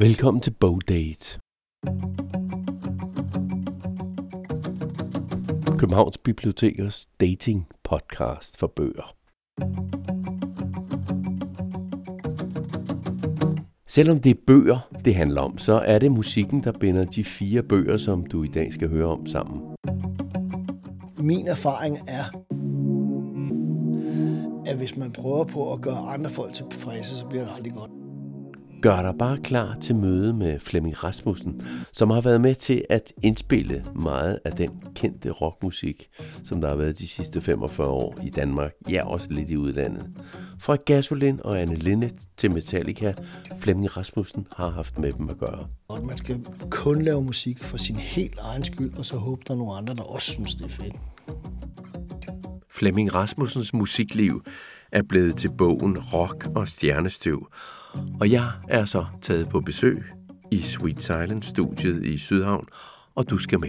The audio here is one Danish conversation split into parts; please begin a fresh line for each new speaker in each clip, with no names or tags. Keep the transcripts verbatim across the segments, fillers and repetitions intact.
Velkommen til Bogdate. Københavns Bibliotekers dating podcast for bøger. Selvom det er bøger, det handler om, så er det musikken, der binder de fire bøger, som du i dag skal høre om sammen.
Min erfaring er, at hvis man prøver på at gøre andre folk tilfredse, så bliver det aldrig godt.
Gør dig bare klar til møde med Flemming Rasmussen, som har været med til at indspille meget af den kendte rockmusik, som der har været de sidste femogfyrre år i Danmark, ja også lidt i udlandet. Fra Gasolin og Anne Linnet til Metallica, Flemming Rasmussen har haft med dem at gøre.
Og man skal kun lave musik for sin helt egen skyld, og så håbe, der er nogle andre, der også synes, det er fedt.
Flemming Rasmussens musikliv er blevet til bogen Rock og Stjernestøv, og jeg er så taget på besøg i Sweet Silence-studiet i Sydhavn, og du skal med.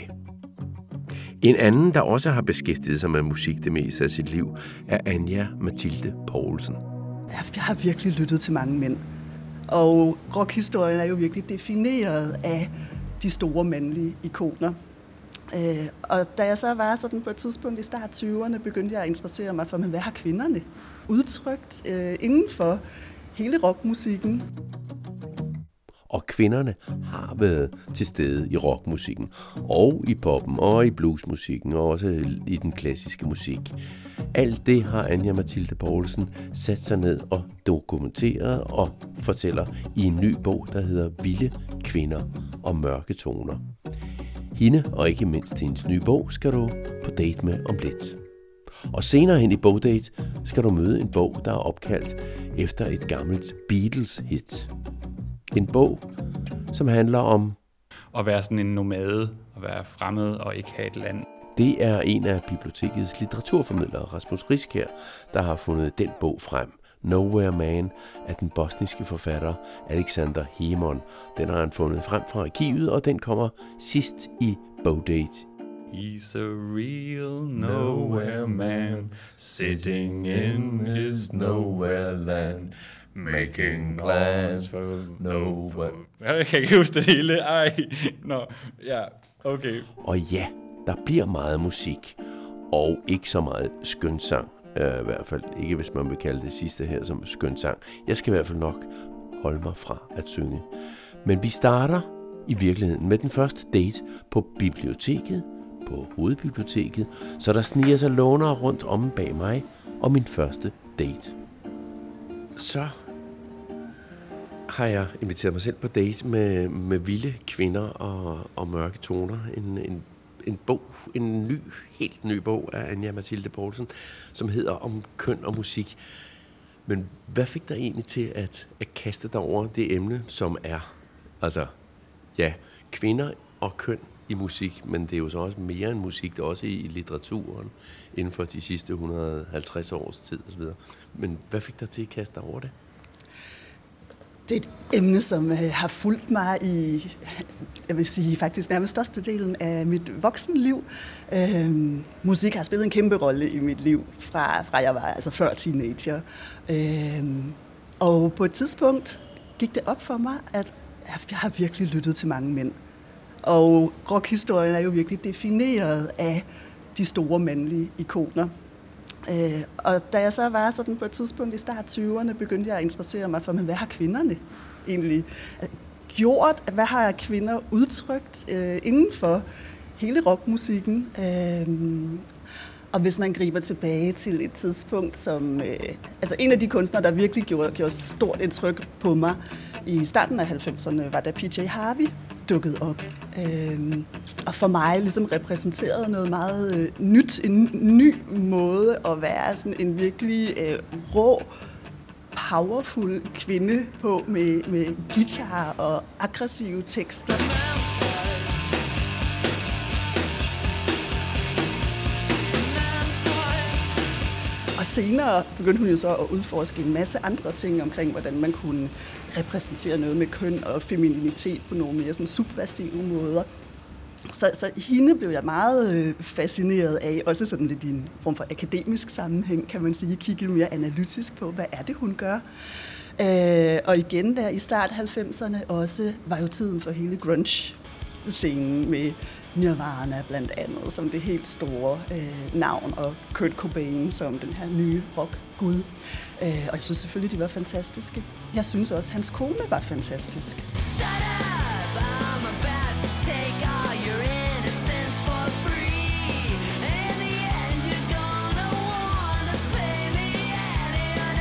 En anden, der også har beskæftiget sig med musik det meste af sit liv, er Anja Mathilde Poulsen.
Jeg har virkelig lyttet til mange mænd, og rockhistorien er jo virkelig defineret af de store mandlige ikoner. Øh, og da jeg så var sådan på et tidspunkt i start tyverne, begyndte jeg at interessere mig for, men hvad har kvinderne udtrykt øh, inden for hele rockmusikken?
Og kvinderne har været til stede i rockmusikken, og i poppen, og i bluesmusikken, og også i den klassiske musik. Alt det har Anja Mathilde Poulsen sat sig ned og dokumenteret og fortæller i en ny bog, der hedder Vilde kvinder og mørke toner. Hende, og ikke mindst hendes nye bog, skal du på date med om lidt. Og senere hen i Bogdate skal du møde en bog, der er opkaldt efter et gammelt Beatles-hit. En bog, som handler om
at være sådan en nomade, at være fremmed og ikke have et land.
Det er en af bibliotekets litteraturformidlere, Rasmus Riskær, der har fundet den bog frem. Nowhere Man af den bosniske forfatter Alexander Hemon. Den har han fundet frem fra arkivet, og den kommer sidst i Bogdate.
He's a real nowhere man, sitting in his nowhere land, making plans for nowhere. Jeg kan ikke huske det hele. Ej, nå, ja, okay.
Og ja, der bliver meget musik, og ikke så meget skønsang. Uh, I hvert fald ikke, hvis man vil kalde det sidste her som skønsang. Jeg skal i hvert fald nok holde mig fra at synge. Men vi starter i virkeligheden med den første date på biblioteket, på hovedbiblioteket, så der sniger sig lånere rundt om bag mig og min første date. Så har jeg inviteret mig selv på date med, med vilde kvinder og, og mørke toner. En, en, en bog, en ny, helt ny bog af Anja Mathilde Poulsen, som hedder Om køn og musik. Men hvad fik dig egentlig til at, at kaste dig over det emne, som er, altså, ja, kvinder og køn i musik, men det er jo så også mere end musik, det er også i, i litteraturen inden for de sidste et hundrede og halvtreds års tid osv. Men hvad fik dig til at kaste dig over det?
Det er et emne, som øh, har fulgt mig i, jeg vil sige, faktisk nærmest størstedelen af mit voksenliv. Øhm, musik har spillet en kæmpe rolle i mit liv, fra, fra jeg var altså før teenager. Øhm, og på et tidspunkt gik det op for mig, at jeg har virkelig lyttet til mange mænd. Og rockhistorien er jo virkelig defineret af de store mandlige ikoner. Øh, og da jeg så var sådan på et tidspunkt i start tyverne, begyndte jeg at interessere mig for, men hvad har kvinderne egentlig gjort? Hvad har kvinder udtrykt øh, inden for hele rockmusikken? Øh, og hvis man griber tilbage til et tidspunkt, som øh, altså en af de kunstnere, der virkelig gjorde, gjorde stort indtryk på mig i starten af halvfemserne, var da P J Harvey dukkede op. Øhm, og for mig ligesom repræsenterede noget meget øh, nyt, en ny måde at være sådan en virkelig øh, rå, powerful kvinde på med, med guitar og aggressive tekster. Og senere begyndte hun jo så at udforske en masse andre ting omkring, hvordan man kunne repræsentere noget med køn og femininitet på nogle mere sådan subversive måder. Så, så hende blev jeg meget øh, fascineret af, også sådan lidt i en form for akademisk sammenhæng, kan man sige, kigge mere analytisk på, hvad er det, hun gør. Øh, og igen der i start halvfemserne også var jo tiden for hele grunge-scenen med Nirvana blandt andet som det helt store øh, navn, og Kurt Cobain som den her nye rock-gud. Øh, og jeg synes selvfølgelig, de var fantastiske. Jeg synes også, hans kone var fantastisk. Shut up, I'm about to take all your innocence for free. In the end, you're gonna wanna pay me any and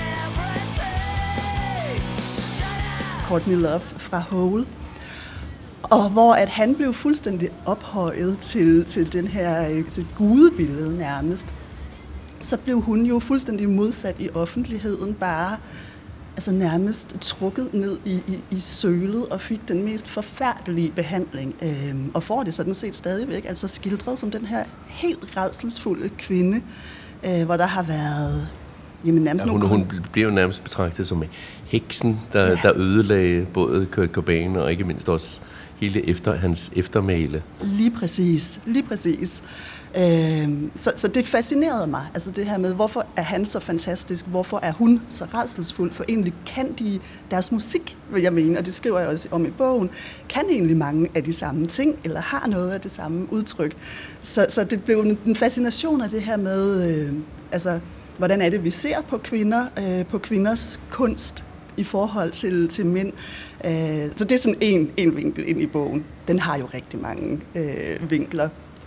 everything. Shut up. Courtney Love fra Hole. Og hvor at han blev fuldstændig ophøjet til, til den her til gudebillede nærmest, så blev hun jo fuldstændig modsat i offentligheden, bare altså nærmest trukket ned i, i, i sølet og fik den mest forfærdelige behandling. Øhm, og får det sådan set stadigvæk, altså skildret som den her helt rædselsfulde kvinde, øh, hvor der har været... Jamen, nærmest
ja, hun, hun blev jo nærmest betragtet som heksen, der, ja. der ødelagde både Kurt Cobain og ikke mindst også hele efter, hans eftermæle.
Lige præcis, lige præcis. Øhm, så, så det fascinerede mig, altså det her med, hvorfor er han så fantastisk, hvorfor er hun så rædselsfuld, for egentlig kan de deres musik, vil jeg mene, og det skriver jeg også om i bogen, kan egentlig mange af de samme ting, eller har noget af det samme udtryk. Så, så det blev en, en fascination af det her med, øh, altså, hvordan er det, vi ser på kvinder, øh, på kvinders kunst, i forhold til, til mænd. Så det er sådan en, en vinkel ind i bogen. Den har jo rigtig mange øh, vinkler.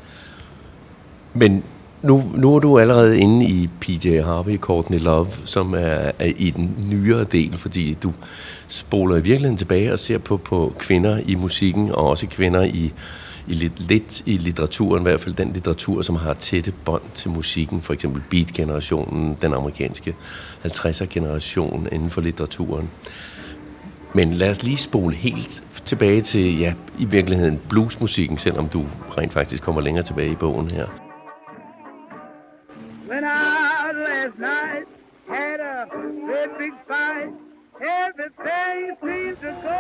Men nu, nu er du allerede inde i P J Harvey, Courtney Love, som er, er i den nyere del, fordi du spoler i virkeligheden tilbage og ser på, på kvinder i musikken, og også kvinder i, i lidt, lidt i litteraturen, i hvert fald den litteratur, som har tætte bånd til musikken, for eksempel Beat-generationen, den amerikanske halvtredser-generation inden for litteraturen. Men lad os lige spole helt tilbage til, ja, i virkeligheden bluesmusikken, selvom du rent faktisk kommer længere tilbage i bogen her. When I last night had a great big fight, everything seems to go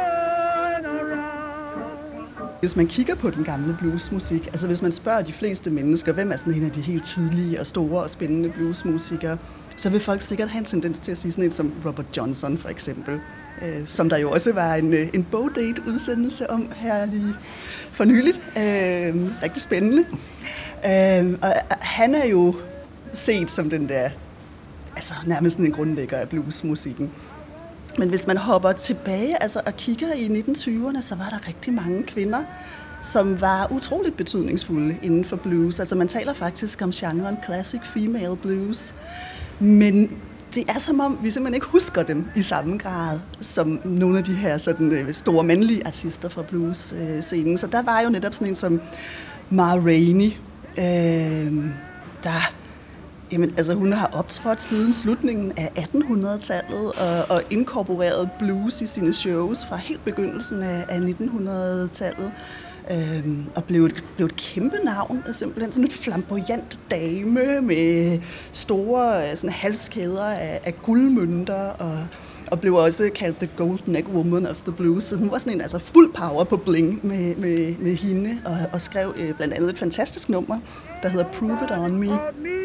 around.
Hvis man kigger på den gamle bluesmusik, altså hvis man spørger de fleste mennesker, hvem er sådan en af de helt tidlige og store og spændende bluesmusikere, så vil folk sikkert have en tendens til at sige sådan en som Robert Johnson for eksempel, øh, som der jo også var en, en Bogdate-udsendelse om her lige for nyligt. Øh, rigtig spændende. Øh, og han er jo set som den der, altså nærmest en grundlægger af bluesmusikken. Men hvis man hopper tilbage altså, og kigger i nitten tyverne, så var der rigtig mange kvinder, som var utroligt betydningsfulde inden for blues. Altså man taler faktisk om genren classic female blues, men det er som om, vi simpelthen ikke husker dem i samme grad som nogle af de her sådan, store mandlige artister fra blues-scenen. Så der var jo netop sådan en som Ma Rainey, øh, der... Jamen, altså hun har optrådt siden slutningen af attenhundredetallet og, og inkorporeret blues i sine shows fra helt begyndelsen af, af nittenhundredetallet. Øhm, og blev et, blev et kæmpe navn, simpelthen sådan et flamboyant dame med store sådan, halskæder af, af guldmønter og, og blev også kaldt the Golden Neck Woman of the Blues. Så hun var sådan en altså fuld power på bling med, med, med hende og, og skrev øh, blandt andet et fantastisk nummer, der hedder Prove It On Me.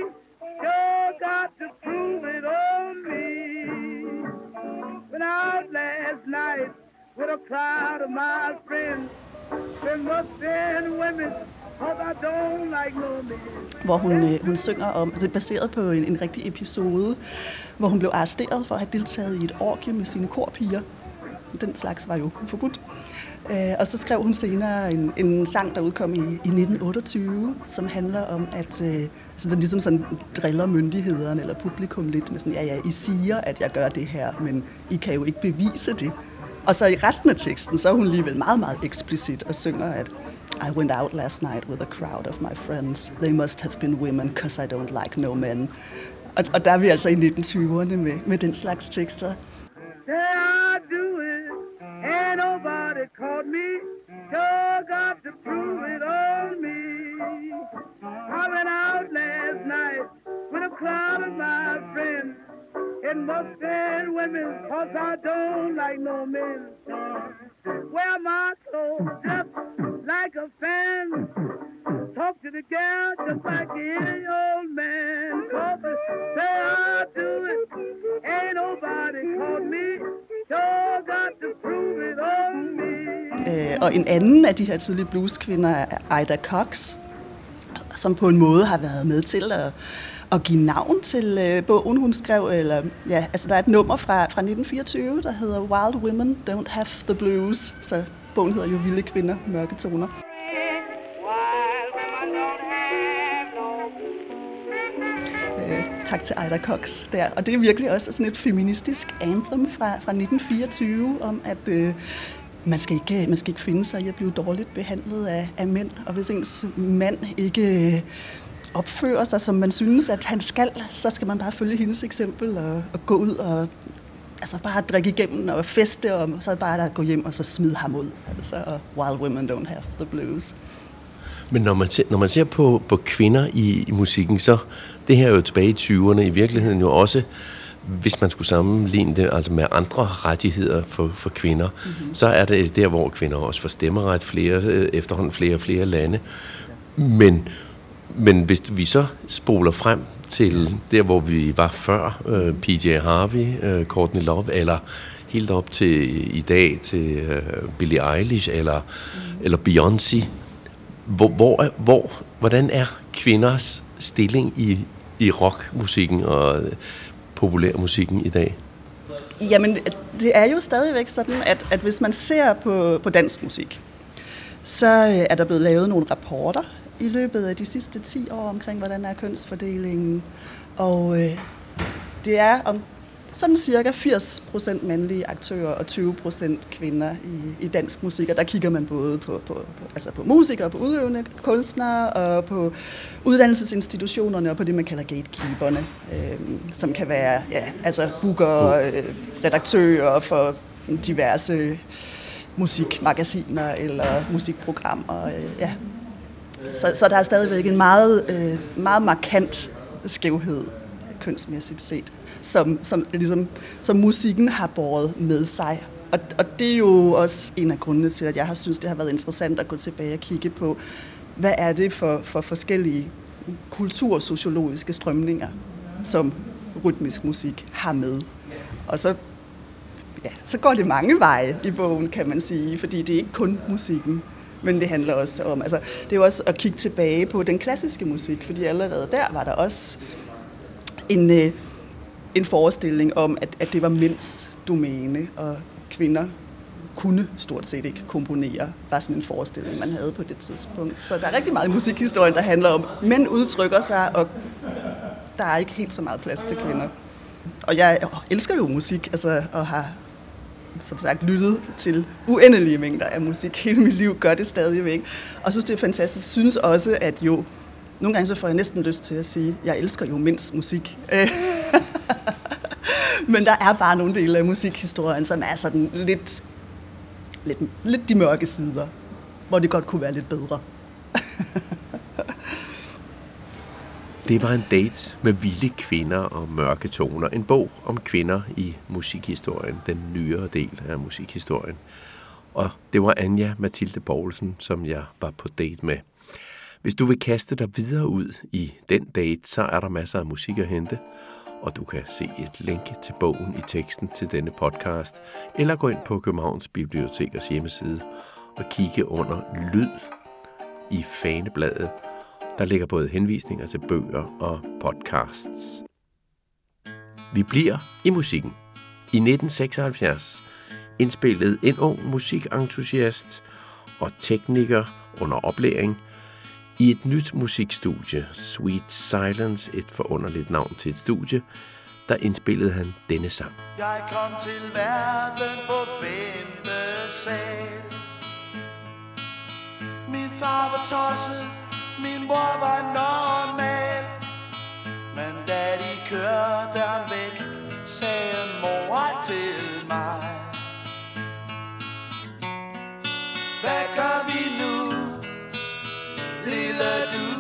Got to prove it on me. Went out last night with a crowd of my friends. There must be women, cause I don't like no men. Hvor hun, øh, hun synger om, det er baseret på en, en rigtig episode, hvor hun blev arresteret for at have deltaget i et orgie med sine korpiger. Den slags var jo forbudt. Øh, og så skrev hun senere en, en sang, der udkom i, i nitten otteogtyve, som handler om, at øh, altså, den ligesom sådan driller myndighederne eller publikum lidt med sådan, ja, ja, I siger, at jeg gør det her, men I kan jo ikke bevise det. Og så i resten af teksten, så er hun alligevel meget, meget eksplicit og synger, at I went out last night with a crowd of my friends. They must have been women, cause I don't like no men. Og, og der er vi altså i nitten tyverne med, med den slags tekster.
Ain't nobody caught me, sure got to prove it on me. I went out last night with a crowd of my friends. It must be women, cause I don't like no men. Wear my clothes just like a fan. Talk to the girl just like any old man. Say I do it, ain't nobody caught me.
Øh, og en anden af de her tidlige blueskvinder er Ida Cox, som på en måde har været med til at, at give navn til øh, bogen, hun skrev. Eller, ja, altså der er et nummer fra, fra nitten fireogtyve, der hedder Wild Women Don't Have the Blues. Så bogen hedder jo Vilde Kvinder, Mørke Toner. Øh, tak til Ida Cox der. Og det er virkelig også sådan et feministisk anthem fra, fra nitten fireogtyve, om at øh, man, skal ikke, man skal ikke finde sig i at blive dårligt behandlet af, af mænd. Og hvis ens mand ikke opfører sig, som man synes, at han skal, så skal man bare følge hendes eksempel og, og gå ud og altså bare drikke igennem og feste, og så bare gå hjem og så smide ham ud. Altså, og Wild Women Don't Have the Blues.
Men når man ser, når man ser på, på kvinder i, i musikken, så det her er jo tilbage i tyverne, i virkeligheden jo også, hvis man skulle sammenligne det altså med andre rettigheder for, for kvinder, mm-hmm. så er det der, hvor kvinder også får stemmeret flere, efterhånden flere og flere lande. Men, men hvis vi så spoler frem til der, hvor vi var før, uh, P J Harvey, uh, Courtney Love, eller helt op til i dag til uh, Billie Eilish, eller, mm. eller Beyoncé, Hvor, hvor, hvor, hvordan er kvinders stilling i, i rockmusikken og populærmusikken i dag?
Jamen, det er jo stadigvæk sådan, at, at hvis man ser på, på dansk musik, så er der blevet lavet nogle rapporter i løbet af de sidste ti år omkring, hvordan er kønsfordelingen. Og øh, det er om sådan cirka firs procent mandlige aktører og tyve procent kvinder i, i dansk musik. Og der kigger man både på, på, på, altså på musikere, på udøvende kunstnere og på uddannelsesinstitutionerne og på det, man kalder gatekeeperne, øh, som kan være ja, altså bookere, øh, redaktører for diverse musikmagasiner eller musikprogrammer. Øh, ja. så, så der er stadigvæk en meget, øh, meget markant skævhed kønsmæssigt set, som, som, ligesom, som musikken har båret med sig. Og, og det er jo også en af grundene til, at jeg har synes, det har været interessant at gå tilbage og kigge på, hvad er det for, for forskellige kultursociologiske strømninger, som rytmisk musik har med. Og så, ja, så går det mange veje i bogen, kan man sige, fordi det er ikke kun musikken, men det handler også om, altså det er jo også at kigge tilbage på den klassiske musik, fordi allerede der var der også en, øh, en forestilling om, at, at det var mænds domæne, og kvinder kunne stort set ikke komponere, var sådan en forestilling, man havde på det tidspunkt. Så der er rigtig meget i musikhistorien, der handler om, mænd udtrykker sig, og der er ikke helt så meget plads til kvinder. Og jeg elsker jo musik, altså, og har som sagt lyttet til uendelige mængder af musik hele mit liv, gør det stadigvæk. Og synes, det er fantastisk. Synes også, at jo, nogle gange så får jeg næsten lyst til at sige, jeg elsker jo mænds musik. Men der er bare nogle dele af musikhistorien, som er sådan lidt, lidt, lidt de mørke sider, hvor det godt kunne være lidt bedre.
Det var en date med vilde kvinder og mørke toner. En bog om kvinder i musikhistorien, den nyere del af musikhistorien. Og det var Anja Mathilde Poulsen, som jeg var på date med. Hvis du vil kaste dig videre ud i den date, så er der masser af musik at hente, og du kan se et link til bogen i teksten til denne podcast, eller gå ind på Københavns Bibliotekers hjemmeside og kigge under lyd i fanebladet. Der ligger både henvisninger til bøger og podcasts. Vi bliver i musikken. I nitten seksoghalvfjerds indspillede en ung musikentusiast og tekniker under oplæring i et nyt musikstudie, Sweet Silence, et forunderligt navn til et studie, der indspillede han denne sang.
Jeg kom til verden på femte sal. Min far var tosset, min mor var normal. Men da de kørte ham væk, sagde mor til mig: hvad gør vi nu, lille du?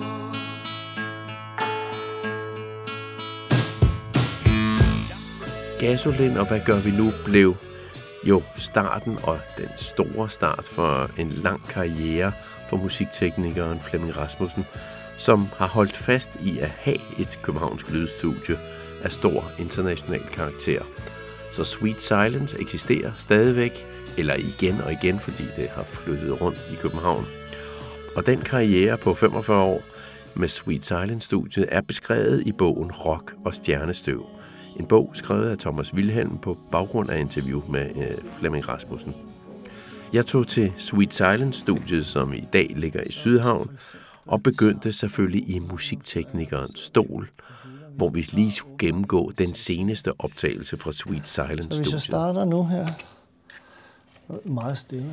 Gasolin og hvad gør vi nu blev jo starten og den store start for en lang karriere for musikteknikeren Flemming Rasmussen, som har holdt fast i at have et københavnsk lydstudie af stor international karakter. Så Sweet Silence eksisterer stadigvæk, eller igen og igen, fordi det har flyttet rundt i København. Og den karriere på femogfyrre år med Sweet Silence-studiet er beskrevet i bogen Rock og Stjernestøv. En bog skrevet af Thomas Wilhelm på baggrund af interview med øh, Flemming Rasmussen. Jeg tog til Sweet Silence-studiet, som i dag ligger i Sydhavn, og begyndte selvfølgelig i musikteknikerens stol, hvor vi lige skulle gennemgå den seneste optagelse fra Sweet Silence-studiet.
Så hvis jeg starter nu her, meget stille,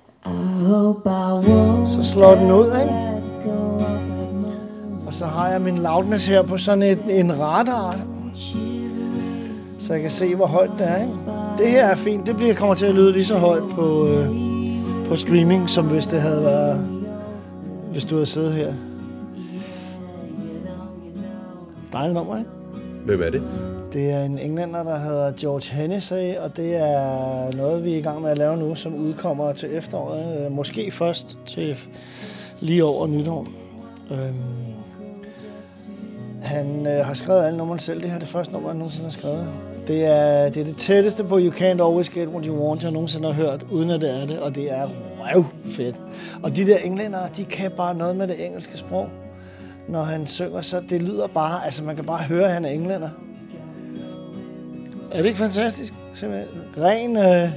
så slår den ud, ikke? Og så har jeg min loudness her på sådan et, en radar, så jeg kan se, hvor højt det er, ikke? Det her er fint. Det bliver, kommer til at lyde lige så højt på, øh, på streaming, som hvis det havde været, hvis du havde siddet her. Dejligt nummer, ikke?
Hvem er det?
Det er en englænder, der hedder George Hennessy, og det er noget, vi er i gang med at lave nu, som udkommer til efteråret. Måske først til lige over nytår. Øhm, han øh, har skrevet alle numrene selv. Det her er det første nummer, han nogensinde har skrevet. Det er, det er det tætteste på You Can't Always Get What You Want, jeg nogensinde har hørt, uden at det er det, og det er wow fedt. Og de der englændere, de kan bare noget med det engelske sprog. Når han synger, så det lyder bare, altså man kan bare høre, at han er englænder. Er det ikke fantastisk? Simpelthen ren... Øh...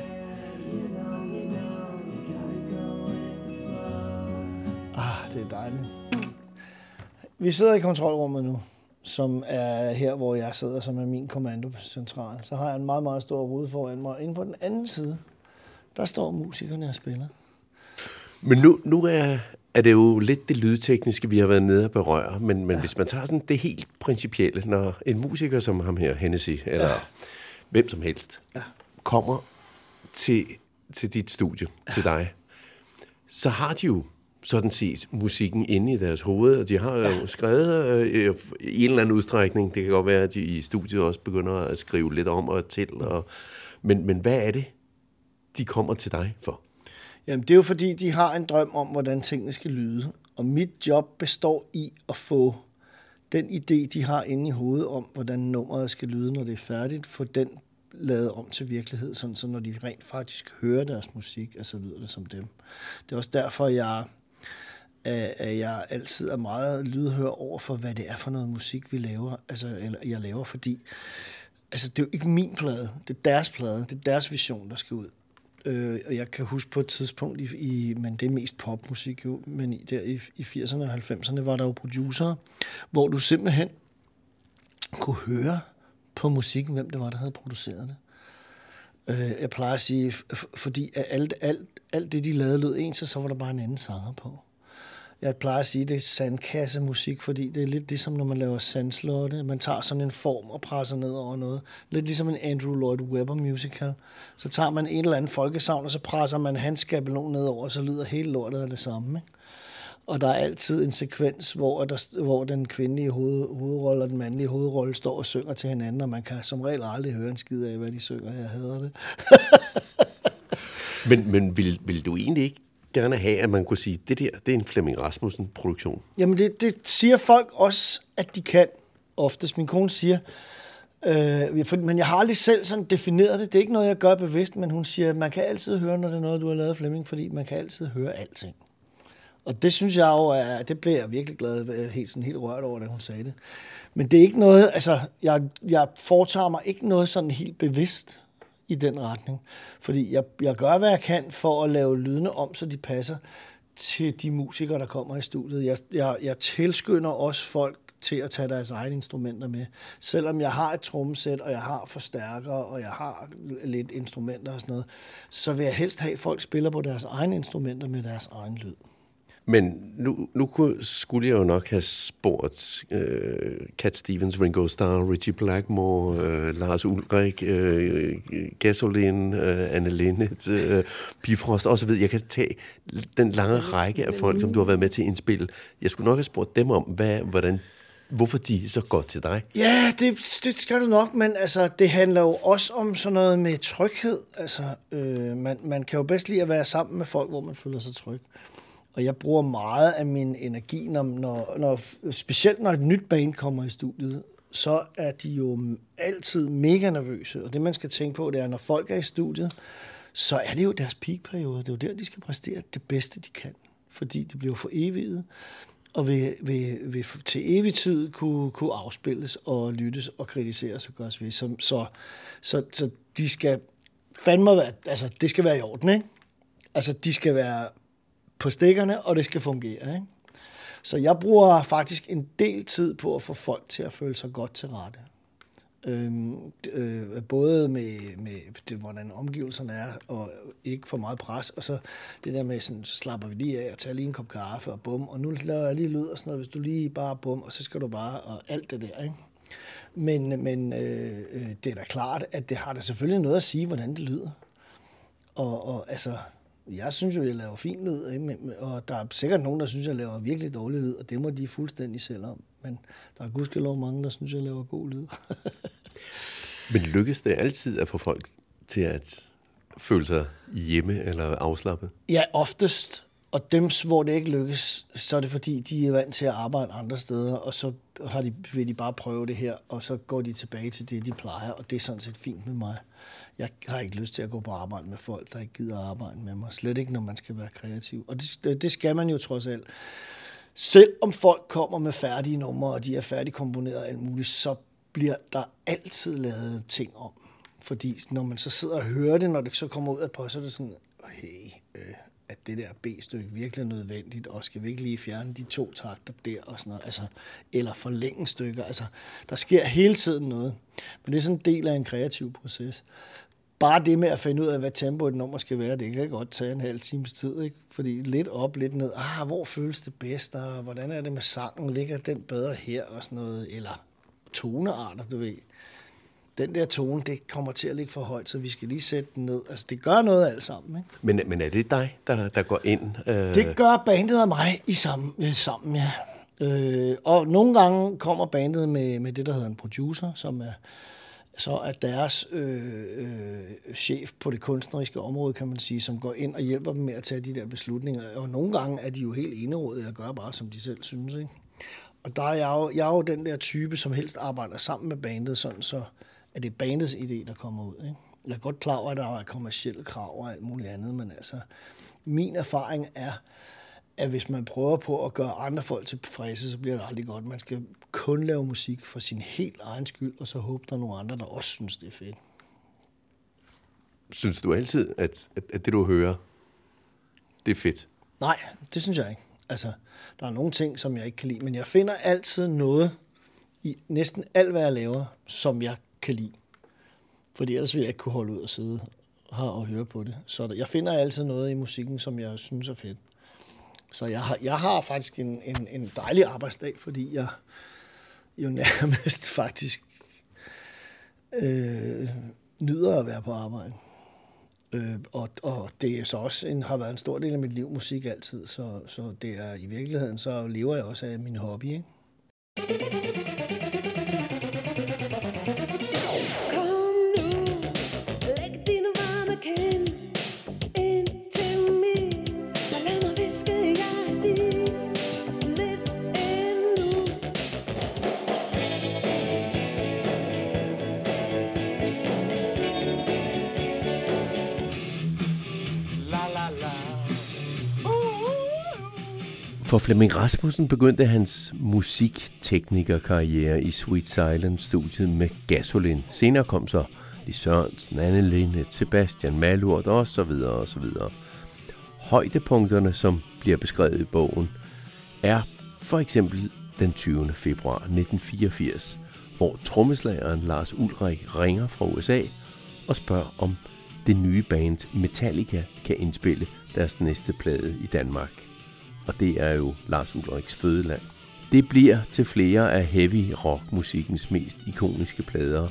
Ah, det er dejligt. Vi sidder i kontrolrummet nu, som er her, hvor jeg sidder, som er min kommandocentral. Så har jeg en meget, meget stor rude foran mig. Inde på den anden side, der står musikerne og spiller.
Men nu, nu er, er det jo lidt det lydtekniske, vi har været nede og berøre. Men, men ja. Hvis man tager sådan det helt principielle, når en musiker som ham her, Hennessy, eller ja. hvem som helst, ja. kommer til, til dit studie, ja. til dig, så har de jo sådan set musikken inde i deres hoved, og de har jo ja. skrevet øh, i en eller anden udstrækning. Det kan godt være, at de i studiet også begynder at skrive lidt om og til. Og, men, men hvad er det, de kommer til dig for?
Jamen, det er jo fordi, de har en drøm om, hvordan tingene skal lyde. Og mit job består i at få den idé, de har inde i hovedet om, hvordan nummeret skal lyde, når det er færdigt, få den lavet om til virkelighed, sådan så når de rent faktisk hører deres musik, så lyder det som dem. Det er også derfor, jeg, at jeg altid er meget lydhør over for, hvad det er for noget musik, vi laver, altså, eller jeg laver, fordi altså, det er jo ikke min plade, det er deres plade, det er deres vision, der skal ud. Øh, og jeg kan huske på et tidspunkt, i, i, men det er mest popmusik jo, men i, der i, i firserne og halvfemserne var der jo producer, hvor du simpelthen kunne høre på musikken, hvem det var, der havde produceret det. Øh, jeg plejer at sige, fordi alt, alt, alt det, de lavede, lød ens, så var der bare en anden sanger på. Jeg plejer at sige, det er sandkassemusik, fordi det er lidt ligesom, når man laver sandslotte. Man tager sådan en form og presser ned over noget. Lidt ligesom en Andrew Lloyd Webber musical. Så tager man en eller anden folkesavn, og så presser man hans skabelon ned over, og så lyder hele lortet af det samme. Ikke? Og der er altid en sekvens, hvor, der, hvor den kvindelige hoved, hovedrolle og den mandlige hovedrolle står og synger til hinanden, og man kan som regel aldrig høre en skid af, hvad de synger. Jeg hader det.
men men vil, vil du egentlig ikke gerne have, at man kunne sige, det der, det er en Flemming Rasmussen-produktion?
Jamen, det, det siger folk også, at de kan oftest. Min kone siger, øh, men jeg har aldrig selv sådan defineret det. Det er ikke noget, jeg gør bevidst, men hun siger, at man kan altid høre, når det er noget, du har lavet, Flemming, fordi man kan altid høre alting. Og det synes jeg jo, at det blev jeg virkelig glad, helt, sådan helt rørt over, da hun sagde det. Men det er ikke noget, altså, jeg, jeg foretager mig ikke noget sådan helt bevidst i den retning. Fordi jeg, jeg gør, hvad jeg kan for at lave lydene om, så de passer til de musikere, der kommer i studiet. Jeg, jeg, jeg tilskynder også folk til at tage deres egne instrumenter med. Selvom jeg har et trommesæt, og jeg har forstærkere, og jeg har lidt instrumenter og sådan noget, så vil jeg helst have, at folk spiller på deres egne instrumenter med deres egen lyd.
Men nu, nu skulle jeg jo nok have spurgt øh, Cat Stevens, Ringo Starr, Ritchie Blackmore, øh, Lars Ulrik, øh, Gasolin, øh, Anne Linnet, øh, Bifrost osv. Jeg kan tage den lange række af folk, som du har været med til at indspille. Jeg skulle nok have spurgt dem om, hvad, hvordan, hvorfor de er så godt til dig.
Ja, det, det skal du nok, men altså, det handler jo også om sådan noget med tryghed. Altså, øh, man, man kan jo bedst lide at være sammen med folk, hvor man føler sig tryg. Og jeg bruger meget af min energi, når, når, når, specielt når et nyt band kommer i studiet, så er de jo altid mega nervøse. Og det, man skal tænke på, det er, når folk er i studiet, så er det jo deres peakperiode. Det er jo der, de skal præstere det bedste, de kan. Fordi det bliver for evigt, og vil, vil, vil til evig tid kunne, kunne afspilles og lyttes og kritiseres og gøres ved. Så, så, så, så de skal fandme være, altså det skal være i orden, ikke? Altså de skal være på stikkerne, og det skal fungere, ikke? Så jeg bruger faktisk en del tid på at få folk til at føle sig godt til rette. Øhm, øh, både med, med det, hvordan omgivelserne er, og ikke for meget pres, og så det der med, sådan, så slapper vi lige af og tager lige en kop kaffe og bum, og nu laver jeg lige lyd og sådan noget, hvis du lige bare bum, og så skal du bare, og alt det der, ikke? Men, men øh, det er da klart, at det har da selvfølgelig noget at sige, hvordan det lyder. Og, og altså, jeg synes jo, jeg laver fin lyd, ikke? Og der er sikkert nogen, der synes, jeg laver virkelig dårlig lyd, og det må de fuldstændig selv om. Men der er gudskelov mange, der synes, jeg laver god lyd.
Men lykkes det altid at få folk til at føle sig hjemme eller afslappet?
Ja, oftest. Og dem, hvor det ikke lykkes, så er det fordi, de er vant til at arbejde andre steder, og så har de, vil de bare prøve det her, og så går de tilbage til det, de plejer, og det er sådan set fint med mig. Jeg har ikke lyst til at gå på arbejde med folk, der ikke gider at arbejde med mig. Slet ikke, når man skal være kreativ. Og det, det skal man jo trods alt. Selv om folk kommer med færdige numre, og de er færdigkomponeret og alt muligt, så bliver der altid lavet ting om. Fordi når man så sidder og hører det, når det så kommer ud af på, så er det sådan, hey, øh, at det der B-stykke virkelig er nødvendigt, og skal vi ikke lige fjerne de to takter der og sådan noget, altså, eller forlænge stykker. Altså, der sker hele tiden noget. Men det er sådan en del af en kreativ proces. Bare det med at finde ud af, hvad tempo et nummer skal være, det kan godt tage en halv times tid, ikke? Fordi lidt op, lidt ned, ah, hvor føles det bedst, og hvordan er det med sangen, ligger den bedre her, og sådan noget, eller tonearter, du ved. Den der tone, det kommer til at ligge for højt, så vi skal lige sætte den ned. Altså, det gør noget alt sammen, ikke?
Men, men er det dig, der, der går ind? Øh...
Det gør bandet og mig i sammen, sammen ja. Øh, og nogle gange kommer bandet med, med det, der hedder en producer, som er så er deres øh, øh, chef på det kunstneriske område, kan man sige, som går ind og hjælper dem med at tage de der beslutninger. Og nogle gange er de jo helt enerådige og gør bare, som de selv synes, ikke? Og der er jeg, jo, jeg er jo den der type, som helst arbejder sammen med bandet, sådan så at det er bandets idé, der kommer ud, ikke? Jeg er godt klar over, at der er kommercielle krav og alt muligt andet, men altså, min erfaring er, at hvis man prøver på at gøre andre folk tilfredse, så bliver det aldrig godt. Man skal kun lave musik for sin helt egen skyld, og så håbe, der er nogle andre, der også synes, det er fedt.
Synes du altid, at, at, at det, du hører, det er fedt?
Nej, det synes jeg ikke. Altså, der er nogle ting, som jeg ikke kan lide, men jeg finder altid noget i næsten alt, hvad jeg laver, som jeg kan lide. Fordi ellers vil jeg ikke kunne holde ud og sidde her og høre på det. Så jeg finder altid noget i musikken, som jeg synes er fedt. Så jeg har, jeg har faktisk en, en, en dejlig arbejdsdag, fordi jeg jo nærmest faktisk øh, nyder at være på arbejde. Øh, og, og det er så også en, har været en stor del af mit liv, musik altid. Så, så det er i virkeligheden, så lever jeg også af min hobby, ikke?
For Flemming Rasmussen begyndte hans musikteknikerkarriere i Sweet Silence-studiet med Gasolin. Senere kom så Lis Sørensen, Anne Linnet, Sebastian Malurt og så videre og så videre. Højdepunkterne, som bliver beskrevet i bogen, er for eksempel den tyvende februar nitten fireogfirs, hvor trommeslageren Lars Ulrich ringer fra U S A og spørger, om det nye band Metallica kan indspille deres næste plade i Danmark. Og det er jo Lars Ulrichs fødeland. Det bliver til flere af heavy rockmusikkens mest ikoniske plader.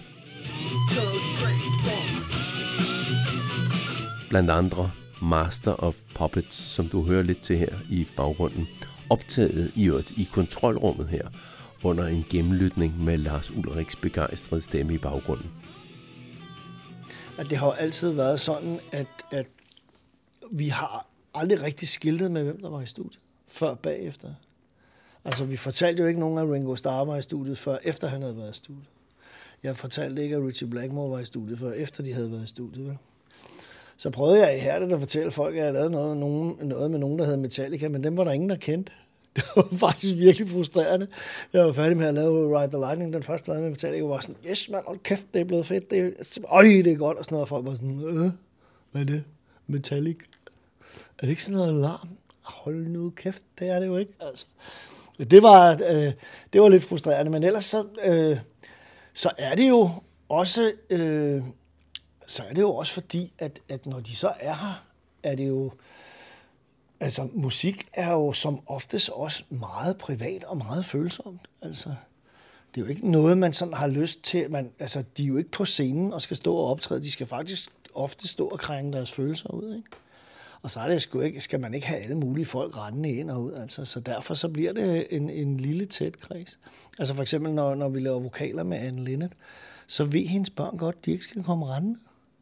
Blandt andre Master of Puppets, som du hører lidt til her i baggrunden, optaget i øvrigt i kontrolrummet her, under en gennemlytning med Lars Ulrichs begejstrede stemme i baggrunden.
At det har jo altid været sådan, at, at vi har aldrig rigtig skiltet med, hvem der var i studiet, før bagefter. Altså, vi fortalte jo ikke nogen, at Ringo Starr var i studiet, før efter han havde været i studiet. Jeg fortalte ikke, at Richie Blackmore var i studiet, før efter de havde været i studiet. Vel? Så prøvede jeg ihærdigt at fortælle folk, at jeg havde lavet noget, nogen, noget med nogen, der hed Metallica, men dem var der ingen, der kendte. Det var faktisk virkelig frustrerende. Jeg var færdig med at lave Ride the Lightning, den første plade med Metallica, var sådan, yes mand, hold kæft, det er blevet fedt. Det er, øj, det er godt, og sådan noget. Og folk var sådan, øh, hvad er det? Metallica? Er det ikke sådan noget alarm? Hold nu kæft, det er det jo ikke. Altså, det var, øh, det var lidt frustrerende, men ellers så, øh, så er det jo også, øh, så er det jo også fordi, at, at når de så er her, er det jo, altså musik er jo som oftest også meget privat og meget følsomt. Altså, det er jo ikke noget, man sådan har lyst til. Man, altså, de er jo ikke på scenen og skal stå og optræde. De skal faktisk ofte stå og krænge deres følelser ud, ikke? Og så er det sgu ikke, skal man ikke have alle mulige folk rendende ind og ud. Altså. Så derfor så bliver det en, en lille tæt kreds. Altså for eksempel, når, når vi laver vokaler med Anne Linnet, så ved hendes børn godt, at de ikke skal komme rendende.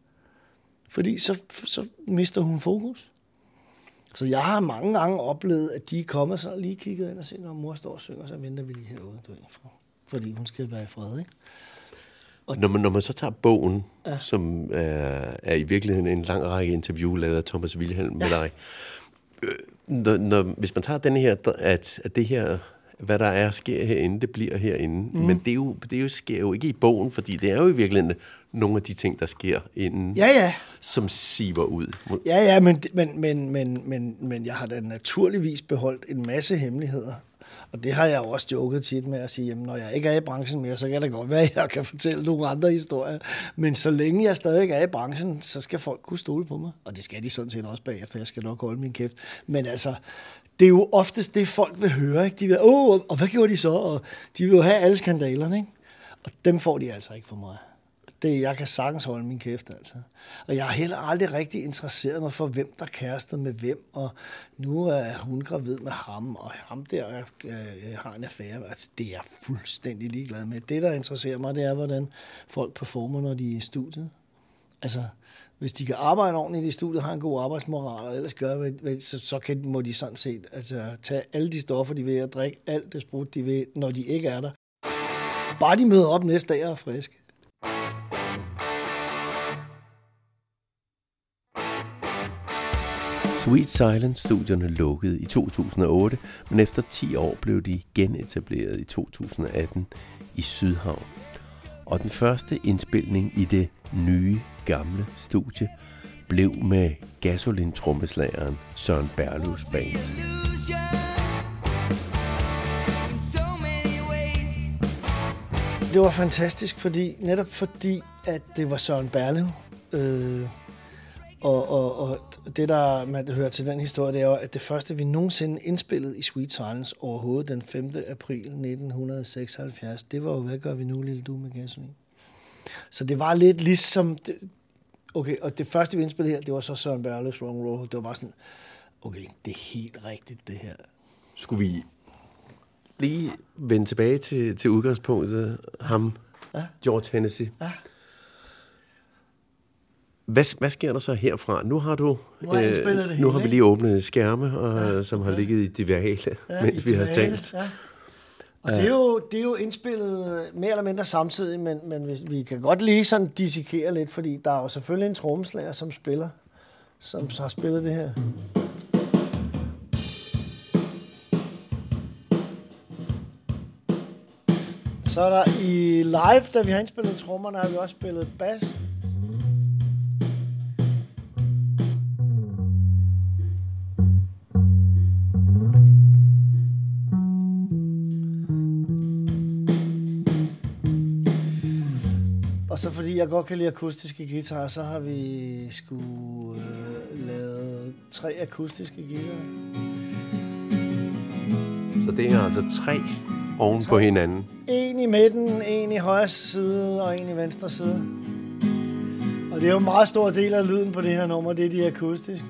Fordi så, så mister hun fokus. Så jeg har mange gange oplevet, at de er kommet sådan og lige kigget ind og set, når mor står og synger, så venter vi lige herude, du ved, fordi hun skal være i fred, ikke?
Og når man, når man så tager bogen, ja. som er, er i virkeligheden en lang række interview lavet af Thomas Wilhelm med ja. dig, øh, når, når, hvis man tager den her, at, at det her, hvad der er, sker herinde, det bliver herinde, mm. men det, er jo, det er jo, sker jo ikke i bogen, fordi det er jo i virkeligheden nogle af de ting, der sker inden,
ja, ja.
som siver ud.
Ja, ja, men, men, men, men, men, men jeg har da naturligvis beholdt en masse hemmeligheder. Og det har jeg jo også joket tit med at sige, jamen, når jeg ikke er i branchen mere, så kan det godt være, at jeg kan fortælle nogle andre historier. Men så længe jeg stadig er i branchen, så skal folk kunne stole på mig. Og det skal de sådan set også bagefter. Jeg skal nok holde min kæft. Men altså, det er jo oftest det, folk vil høre. Ikke? De vil, åh, og hvad gjorde de så? Og de vil jo have alle skandalerne, ikke? Og dem får de altså ikke for mig. Det, jeg kan sagtens holde min kæft, altså. Og jeg har heller aldrig rigtig interesseret mig for, hvem der kærestede med hvem, og nu er hun gravid med ham, og ham der øh, har en affære. Altså, det er jeg fuldstændig ligeglad med. Det, der interesserer mig, det er, hvordan folk performer, når de er i studiet. Altså, hvis de kan arbejde ordentligt i studiet, har en god arbejdsmoral, og ellers gør, så, så kan, må de sådan set altså, tage alle de stoffer, de vil, og drikke alt det sprut, de vil, når de ikke er der. Bare de møder op næste dag og er friske.
Sweet Silence-studierne lukkede i to tusind og otte, men efter ti år blev de genetableret i to tusind og atten i Sydhavn. Og den første indspilning i det nye, gamle studie blev med Gasolin-trommeslageren Søren Berlus band.
Det var fantastisk, fordi netop fordi, at det var Søren Berlev, øh, Og, og, og det, der man hører til den historie, det er jo, at det første, vi nogensinde indspillede i Sweet Silence overhovedet den femte april nitten seksoghalvfjerds, det var jo, hvad gør vi nu, lille du med Gasolin? Så det var lidt ligesom, det, okay, og det første, vi indspillede her, det var så Søren Berlevs Wrong Roll. Det var bare sådan, okay, det er helt rigtigt, det her.
Skulle vi lige vende tilbage til, til udgangspunktet, ham, ja. George Hennessy?
Ja.
Hvad, hvad sker der så herfra? Nu har du
nu har, øh, det hele,
nu har vi lige åbnet skærme, og, ja, som har ligget i diverale, ja, mens vi har talt.
Ja. Og det er, jo, det er jo indspillet mere eller mindre samtidig, men, men vi, vi kan godt lige sådan dissekere lidt, fordi der er jo selvfølgelig en trommeslager, som spiller, som har spillet det her. Så er der i live, da vi har indspillet trommerne, har vi også spillet bas. Og så fordi jeg godt kan lide akustiske guitarer, så har vi sgu øh, lavet tre akustiske guitarer.
Så det er altså tre oven tre. På hinanden?
En i midten, en i højre side og en i venstre side. Og det er jo en meget stor del af lyden på det her nummer, det er de akustiske.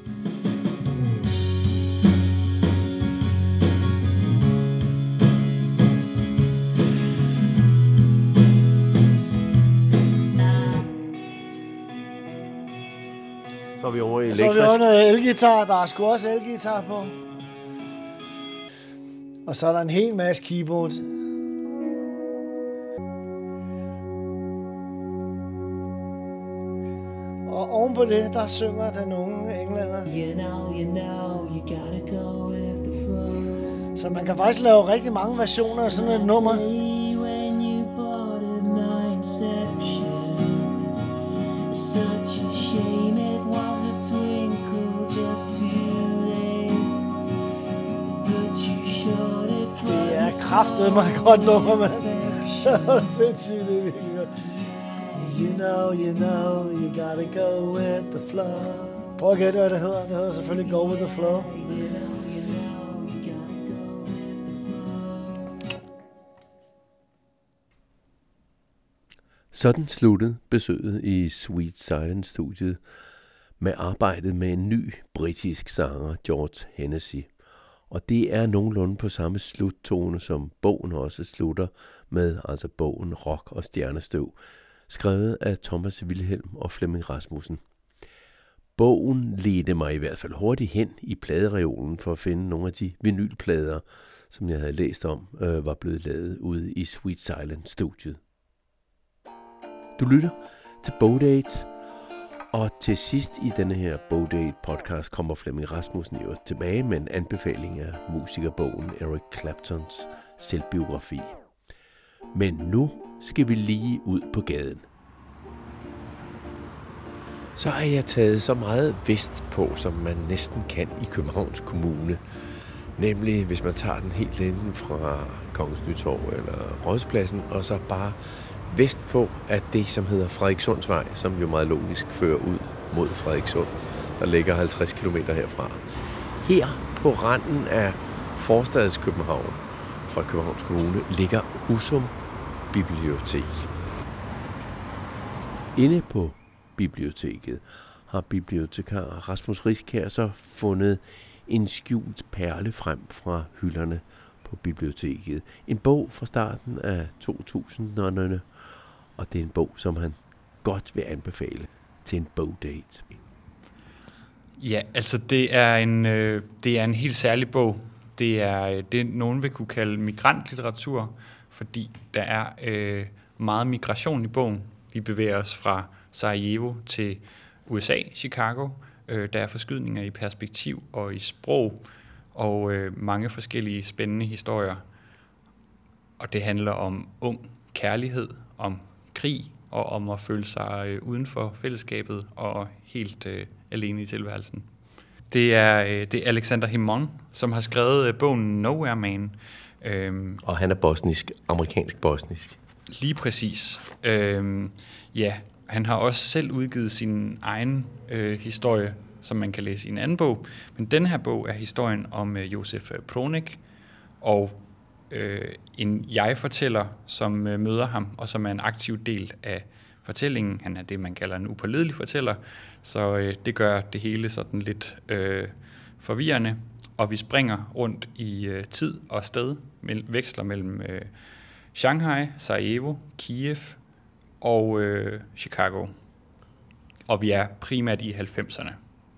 Så er vi over i elektrisk.
Så er vi over noget elgitar. Der er sgu også elgitar på. Og så er der en hel masse keyboards. Og ovenpå det, der synger den unge englænder. You know, you know, you gotta go with the flow. Så man kan faktisk lave rigtig mange versioner af sådan et nummer. When you bought it, my inception. Such a shame it was a twinkle just too late. But you shot it from det er kraftedeme et godt nummer, mand. Sindssygt, det er virkelig godt. You know, you know, you gotta go with the flow. Prøv at gætte, hvad det hedder. Det hedder selvfølgelig Go With The Flow.
Sådan sluttede besøget i Sweet Silence-studiet med arbejdet med en ny britisk sanger, George Hennessy. Og det er nogenlunde på samme sluttone, som bogen også slutter med, altså bogen Rock og Stjernestøv, skrevet af Thomas Wilhelm og Flemming Rasmussen. Bogen ledte mig i hvert fald hurtigt hen i pladereolen for at finde nogle af de vinylplader, som jeg havde læst om, øh, var blevet lavet ude i Sweet Silence-studiet. Du lytter til Bogdate, og til sidst i denne her Bogdate podcast kommer Flemming Rasmussen jo tilbage med en anbefaling af musikerbogen Eric Claptons selvbiografi. Men nu skal vi lige ud på gaden. Så har jeg taget så meget vest på, som man næsten kan i Københavns Kommune. Nemlig hvis man tager den helt inden fra Kongens Nytorv eller Rådspladsen, og så bare vest på, at det, som hedder Frederikssundsvej, som jo meget logisk fører ud mod Frederikssund, der ligger halvtreds kilometer herfra. Her på randen af forstads København fra Københavns Kommune ligger Husum Bibliotek. Inde på biblioteket har bibliotekar Rasmus Riskær så fundet en skjult perle frem fra hylderne på biblioteket. En bog fra starten af to tusinderne, og det er en bog, som han godt vil anbefale til en bogdate.
Ja, altså det er en, øh, det er en helt særlig bog. Det er det, nogen vil kunne kalde migrantlitteratur, fordi der er øh, meget migration i bogen. Vi bevæger os fra Sarajevo til U S A, Chicago. Øh, der er forskydninger i perspektiv og i sprog, og øh, mange forskellige spændende historier. Og det handler om ung kærlighed, om krig, og om at føle sig øh, uden for fællesskabet og helt øh, alene i tilværelsen. Det er, øh, det er Alexander Himon, som har skrevet øh, bogen Nowhere Man. Øhm,
og han er bosnisk, amerikansk-bosnisk.
Lige præcis. Øhm, ja, han har også selv udgivet sin egen øh, historie, som man kan læse i en anden bog. Men den her bog er historien om øh, Josef Pronek og øh, en jeg-fortæller, som øh, møder ham, og som er en aktiv del af fortællingen. Han er det, man kalder en upålidelig fortæller, så øh, det gør det hele sådan lidt øh, forvirrende. Og vi springer rundt i øh, tid og sted, mell- veksler mellem øh, Shanghai, Sarajevo, Kiev og øh, Chicago. Og vi er primært i halvfemserne.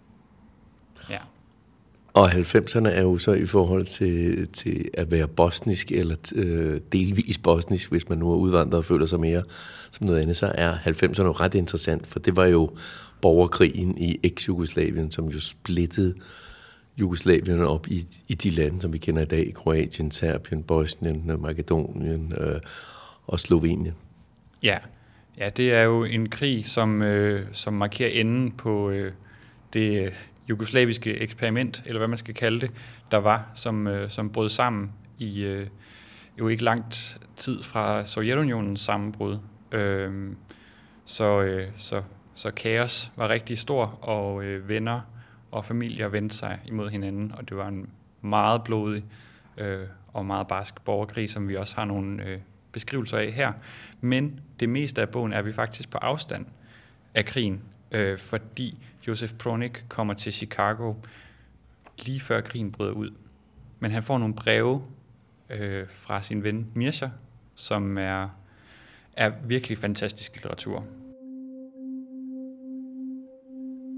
Ja.
Og halvfemserne er jo så i forhold til, til at være bosnisk, eller øh, delvis bosnisk, hvis man nu er udvandret og føler sig mere som noget andet, så er halvfemserne jo ret interessant, for det var jo borgerkrigen i eks-Jugoslavien, som jo splittede Jugoslavien op i, i de lande, som vi kender i dag, Kroatien, Serbien, Bosnien, Makedonien øh, og Slovenien.
Ja. ja, det er jo en krig, som, øh, som markerer enden på øh, det øh, jugoslaviske eksperiment, eller hvad man skal kalde det, der var, som, øh, som brød sammen i øh, jo ikke langt tid fra Sovjetunionens sammenbrud. Øh, så, øh, så, så kaos var rigtig stor, og øh, venner og familier vendte sig imod hinanden, og det var en meget blodig øh, og meget barsk borgerkrig, som vi også har nogle øh, beskrivelser af her. Men det meste af bogen er vi faktisk på afstand af krigen, øh, fordi Josef Pronek kommer til Chicago lige før krigen bryder ud. Men han får nogle breve øh, fra sin ven Mirza, som er, er virkelig fantastisk litteratur.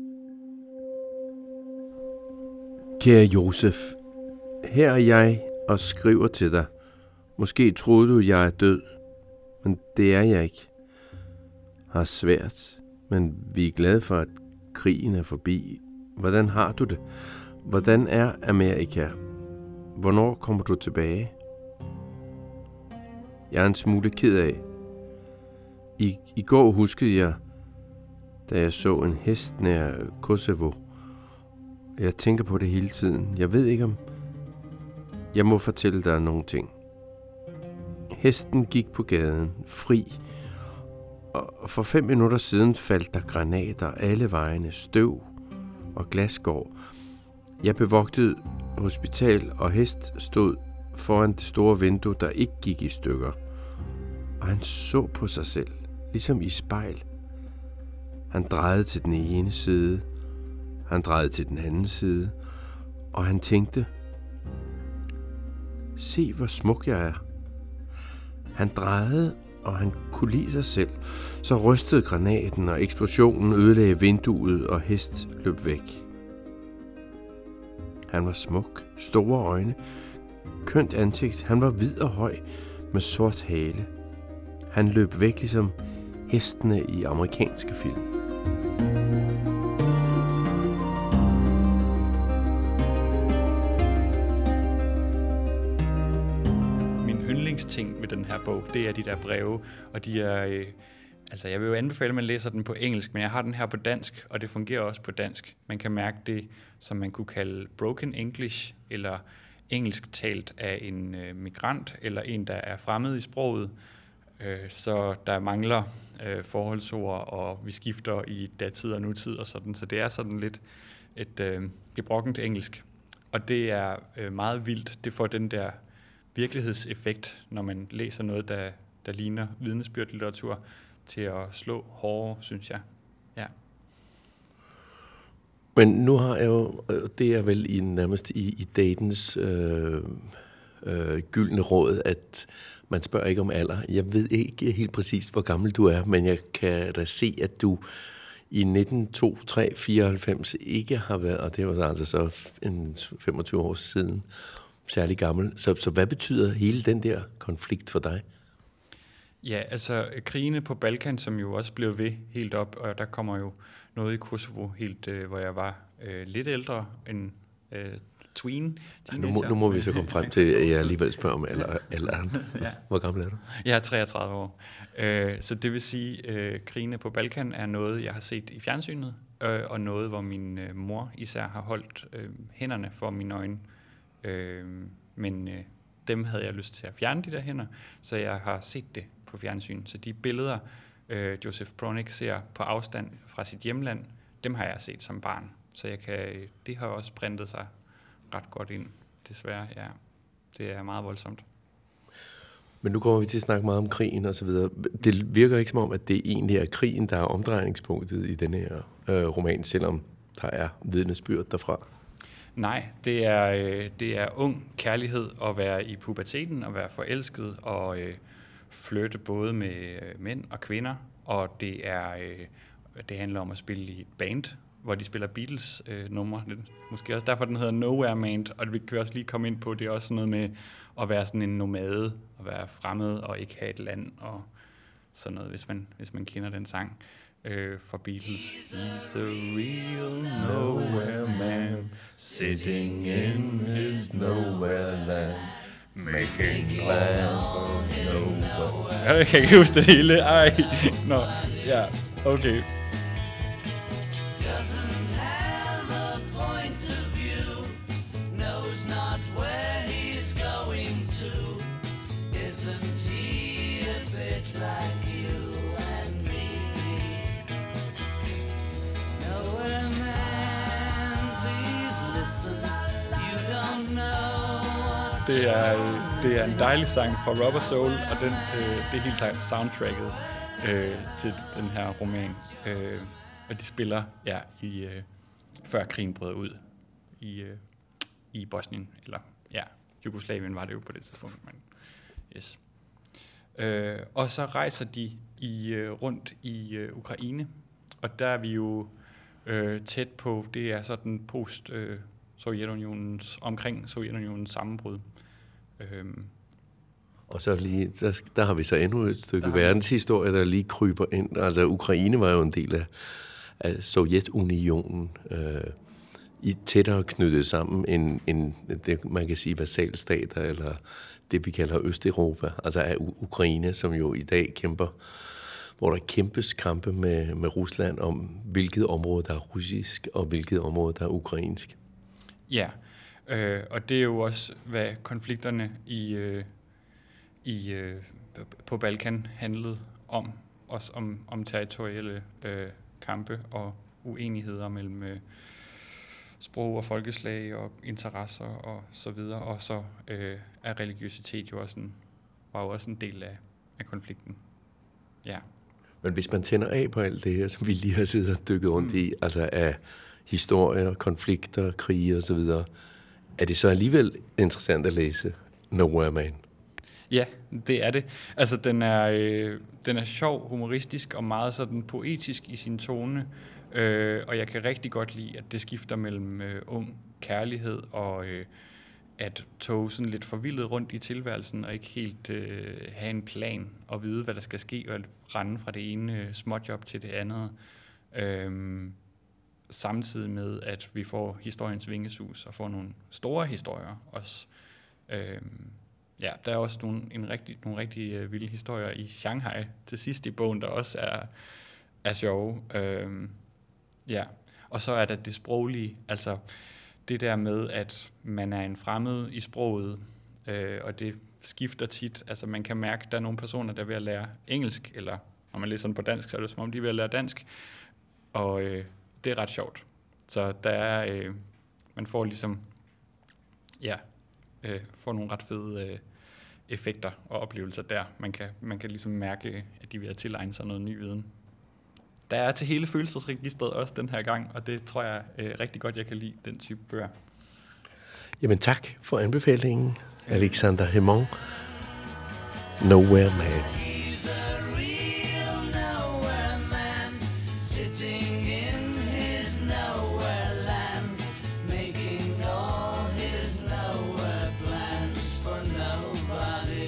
Kære Josef, her er jeg, og skriver til dig. Måske troede du, jeg er død, men det er jeg ikke. Har svært, men vi er glade for, at krigen er forbi. Hvordan har du det? Hvordan er Amerika? Hvornår kommer du tilbage? Jeg er en smule ked af. I, I går huskede jeg, da jeg så en hest nær Kosovo. Jeg tænker på det hele tiden. Jeg ved ikke om... Jeg må fortælle dig nogle ting. Hesten gik på gaden, fri, og for fem minutter siden faldt der granater alle vejene, støv og glasgård. Jeg bevogtede hospital, og hest stod foran det store vindue, der ikke gik i stykker. Og han så på sig selv, ligesom i spejl. Han drejede til den ene side, han drejede til den anden side, og han tænkte, se hvor smuk jeg er. Han drejede, og han kunne lide sig selv. Så rystede granaten, og eksplosionen ødelagde vinduet, og hest løb væk. Han var smuk, store øjne, kønt ansigt. Han var hvid og høj, med sort hale. Han løb væk ligesom hestene i amerikanske film.
Ting med den her bog, det er de der breve, og de er, øh, altså jeg vil jo anbefale, at man læser den på engelsk, men jeg har den her på dansk, og det fungerer også på dansk. Man kan mærke det, som man kunne kalde broken English, eller engelsk talt af en øh, migrant, eller en, der er fremmed i sproget, øh, så der mangler øh, forholdsord, og vi skifter i datid og nutid og sådan, så det er sådan lidt et øh, gebrokkent engelsk, og det er øh, meget vildt. Det får den der virkelighedseffekt, når man læser noget, der, der ligner vidnesbyrdlitteratur, til at slå hårdere, synes jeg. Ja.
Men nu har jeg jo, det er vel i, nærmest i, i datens øh, øh, gyldne råd, at man spørger ikke om alder. Jeg ved ikke helt præcis, hvor gammel du er, men jeg kan da se, at du i nitten fireoghalvfems ikke har været, og det var altså så en femogtyve år siden, særlig gammel. Så, så hvad betyder hele den der konflikt for dig?
Ja, altså krigene på Balkan, som jo også blev ved helt op, og der kommer jo noget i Kosovo, helt, øh, hvor jeg var øh, lidt ældre end øh, tween.
Ja, nu, må, nu må vi så komme frem til, at jeg alligevel spørger om alder, alderen.
Ja.
Hvor gammel er du?
Jeg er treogtredive år. Øh, så det vil sige, at øh, krigene på Balkan er noget, jeg har set i fjernsynet, øh, og noget, hvor min øh, mor især har holdt øh, hænderne for mine øjne. Øh, men øh, dem havde jeg lyst til at fjerne, de der hænder, så jeg har set det på fjernsyn. Så de billeder, øh, Joseph Pronik ser på afstand fra sit hjemland, dem har jeg set som barn. Så jeg kan, det har også printet sig ret godt ind, desværre. Ja. Det er meget voldsomt.
Men nu kommer vi til at snakke meget om krigen og så videre. Det virker ikke som om, at det egentlig er krigen, der er omdrejningspunktet i denne her øh, roman, selvom der er vidnesbyrd derfra.
Nej, det er, øh, det er ung kærlighed at være i puberteten og være forelsket og øh, flytte både med øh, mænd og kvinder. Og det, er, øh, det handler om at spille i et band, hvor de spiller Beatles-numre. Øh, Måske også derfor, den hedder Nowhere Man. Og vi kan også lige komme ind på, det er også noget med at være sådan en nomade, at være fremmed og ikke have et land og sådan noget, hvis man, hvis man kender den sang. Uh, for Beatles.
He's a real nowhere man, sitting in his nowhere land, making plans for nowhere.
Jeg kan ikke huske det hele. Ej, nå, ja, okay.
Doesn't have a point of view, knows not where he's going to. Isn't he a bit like you?
Det er, det er en dejlig sang fra Rubber Soul, og den, øh, det er helt klart soundtracket øh, til den her roman. Øh, og de spiller ja, i, øh, før krigen brød ud i, øh, i Bosnien, eller ja, Jugoslavien var det jo på det tidspunkt. Men, yes. øh, og så rejser de i, øh, rundt i øh, Ukraine, og der er vi jo øh, tæt på, det er sådan post øh, Sovjetunionens, omkring Sovjetunionens sammenbrud. Øhm,
Og så lige, der, der har vi så endnu et stykke
Der-
verdenshistorie, der lige kryber ind. Altså, Ukraine var jo en del af, af Sovjetunionen, øh, i tættere knyttet sammen end, end det, man kan sige, vasalstater, eller det, vi kalder Østeuropa, altså af U- Ukraine, som jo i dag kæmper, hvor der kæmpes kampe med, med Rusland om, hvilket område, der er russisk, og hvilket område, der er ukrainsk.
Ja, øh, og det er jo også, hvad konflikterne i, øh, i, øh, på Balkan handlede om. Også om, om territorielle øh, kampe og uenigheder mellem øh, sprog og folkeslag og interesser og så videre. Og så øh, er religiøsitet jo også en, var jo også en del af, af konflikten. Ja.
Men hvis man tænder af på alt det her, som vi lige har siddet og dykket rundt mm. i, altså af historier, konflikter, krige og så videre, er det så alligevel interessant at læse Nowhere Man?
Ja, det er det. Altså, den er, øh, den er sjov, humoristisk og meget sådan poetisk i sin tone. Øh, og jeg kan rigtig godt lide, at det skifter mellem øh, ung kærlighed og øh, at tog sådan lidt forvildet rundt i tilværelsen og ikke helt øh, have en plan og vide, hvad der skal ske, og rende fra det ene øh, småjob til det andet. Øh, samtidig med, at vi får historiens vingesus og får nogle store historier også. Øh, Ja, der er også nogle, en rigtig, nogle rigtig uh, vilde historier i Shanghai til sidst i bogen, der også er, er sjove. Øhm, ja, og så er der det sproglige, altså det der med, at man er en fremmed i sproget, øh, og det skifter tit. Altså man kan mærke, at der er nogle personer, der er ved at lære engelsk, eller når man læser den på dansk, så er det som om, de er ved at lære dansk, og øh, det er ret sjovt. Så der er, øh, man får ligesom, ja, øh, får nogle ret fede øh, effekter og oplevelser der. Man kan, man kan ligesom mærke, at de vil tilegne sig noget ny viden. Der er til hele følelsesregistret også den her gang, og det tror jeg øh, rigtig godt, jeg kan lide, den type bøger.
Jamen tak for anbefalingen, Alexander Hemon. Nowhere Man.
He's a real nowhere man, sitting in his nowhere land, making all his nowhere plans for nobody.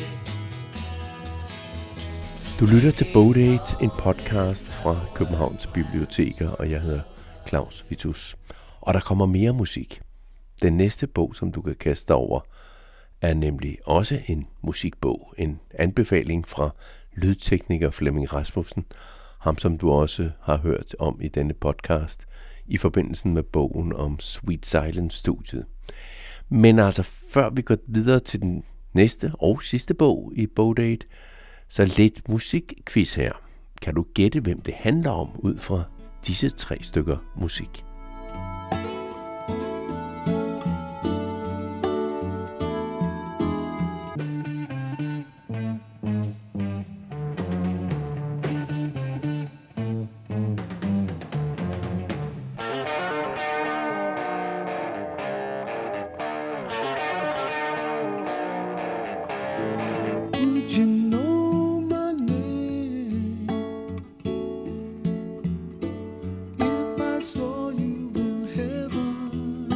Du lytter til Bogdate, en podcast fra Københavns Biblioteker, og jeg hedder Claus Vitus. Og der kommer mere musik. Den næste bog, som du kan kaste dig over, er nemlig også en musikbog. En anbefaling fra lydtekniker Flemming Rasmussen, ham som du også har hørt om i denne podcast, i forbindelse med bogen om Sweet Silence-studiet. Men altså, før vi går videre til den næste og sidste bog i Bogdate, så lidt musikquiz her. Kan du gætte, hvem det handler om ud fra disse tre stykker musik?
You know my name. If I saw you in heaven,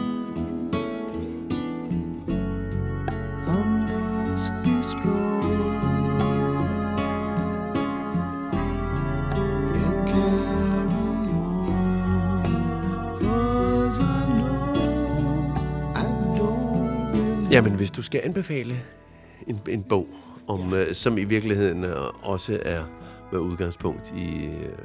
I must be strong and carry on, 'cause I know I don't believe.
Jamen, hvis du skal anbefale en, en bog, om, øh, som i virkeligheden øh, også er med udgangspunkt i øh,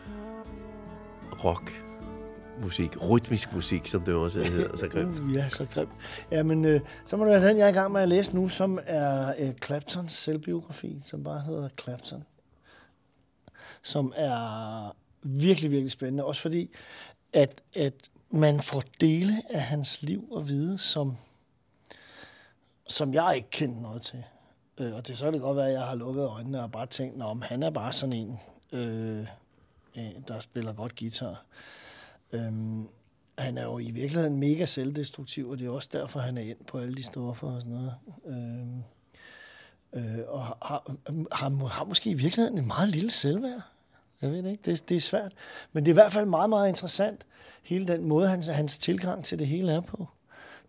rock, musik, rytmisk musik, som det også hedder, så grimt.
Uh, ja, så grimt. Jamen, øh, så må det være den, jeg er i gang med at læse nu, som er øh, Claptons selvbiografi, som bare hedder Clapton. Som er virkelig, virkelig spændende. Også fordi, at, at man får dele af hans liv og vide, som, som jeg ikke kendte noget til. Øh, og det så kan det godt være, at jeg har lukket øjnene og bare tænkt, om han er bare sådan en, øh, der spiller godt guitar. Øhm, han er jo i virkeligheden mega selvdestruktiv, og det er også derfor, han er ind på alle de stoffer og sådan noget. Øhm, øh, og har, har, har måske i virkeligheden en meget lille selvværd. Jeg ved ikke, det, det er svært. Men det er i hvert fald meget, meget interessant, hele den måde, hans, hans tilgang til det hele er på.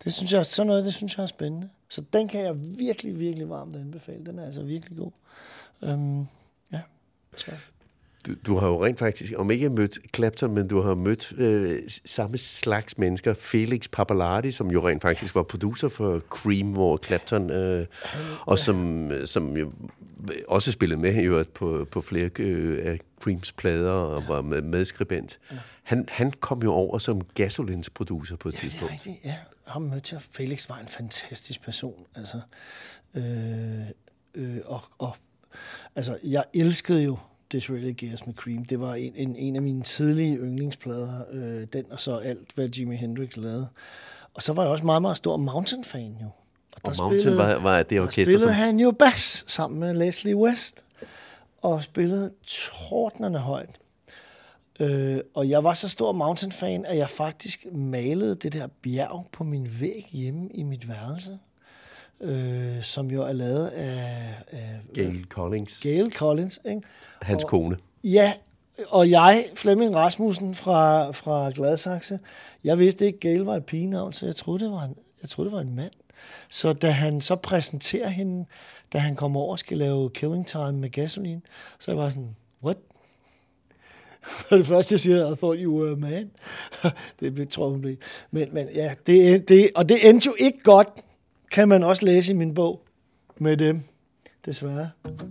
Det synes jeg, sådan noget, det synes jeg er spændende. Så den kan jeg virkelig, virkelig varmt anbefale. Den er altså virkelig god. Øhm, ja, så...
Du, du har jo rent faktisk, om ikke mødt Clapton, men du har mødt øh, samme slags mennesker. Felix Pappalardi, som jo rent faktisk var producer for Cream, hvor Clapton, øh, og som, som jo også spillede med jo, på, på flere øh, af Creams plader og var med, medskribent. Han, han kom jo over som Gasolins producer på et
ja,
tidspunkt.
Ja, det er rigtigt, ja. Ham mødte jeg. Felix var en fantastisk person. Altså, øh, øh, og, og, altså, jeg elskede jo Disraeli Gears med Cream. Det var en, en, en af mine tidlige yndlingsplader. Øh, den og så alt, hvad Jimi Hendrix lavede. Og så var jeg også meget, meget stor Mountain-fan jo.
Og, og Mountain spillede, var, var det orkester,
spillede
som...
han jo bass sammen med Leslie West. Og spillede tordnende højt. Øh, og jeg var så stor Mountain-fan, at jeg faktisk malede det der bjerg på min væg hjemme i mit værelse. Øh, som jo er lavet af... af
Gail Collins.
Gail Collins, ikke?
Hans
og,
kone.
Ja, og jeg, Flemming Rasmussen fra, fra Gladsaxe, jeg vidste ikke, Gail var et pigenavn, så jeg troede, det var en, jeg troede, det var en mand. Så da han så præsenterer hende, da han kommer over og skal lave Killing Time med Gasoline, så jeg var sådan, what? Og det første, jeg siger, I thought you were a man. Det tror jeg, hun blev. Men, men ja, det, det, og det endte jo ikke godt, kan man også læse i min bog med dem, desværre.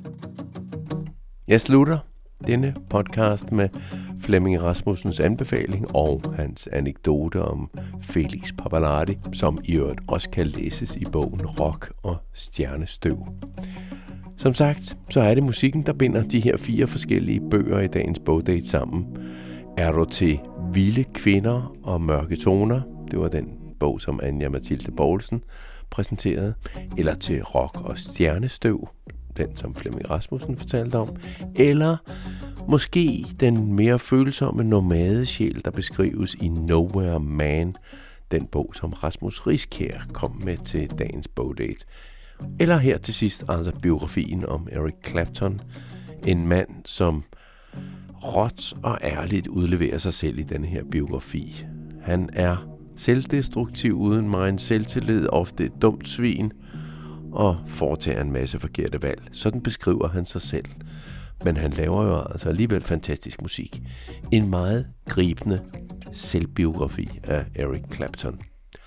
Jeg slutter denne podcast med Flemming Rasmussens anbefaling og hans anekdote om Felix Pappalardi, som i øvrigt også kan læses i bogen Rock og Stjernestøv. Som sagt, så er det musikken, der binder de her fire forskellige bøger i dagens bogdate sammen. Er du til vilde kvinder og mørke toner? Det var den bog, som Anja Mathilde Poulsen præsenterede. Eller til Rock og Stjernestøv, den som Flemming Rasmussen fortalte om. Eller måske den mere følsomme nomadesjæl, der beskrives i Nowhere Man, den bog, som Rasmus Riskær kom med til dagens bogdate. Eller her til sidst, altså biografien om Eric Clapton, en mand, som råt og ærligt udleverer sig selv i denne her biografi. Han er selvdestruktiv uden megen selvtillid, ofte et dumt svin, og foretager en masse forkerte valg. Sådan beskriver han sig selv. Men han laver jo altså alligevel fantastisk musik. En meget gribende selvbiografi af Eric Clapton.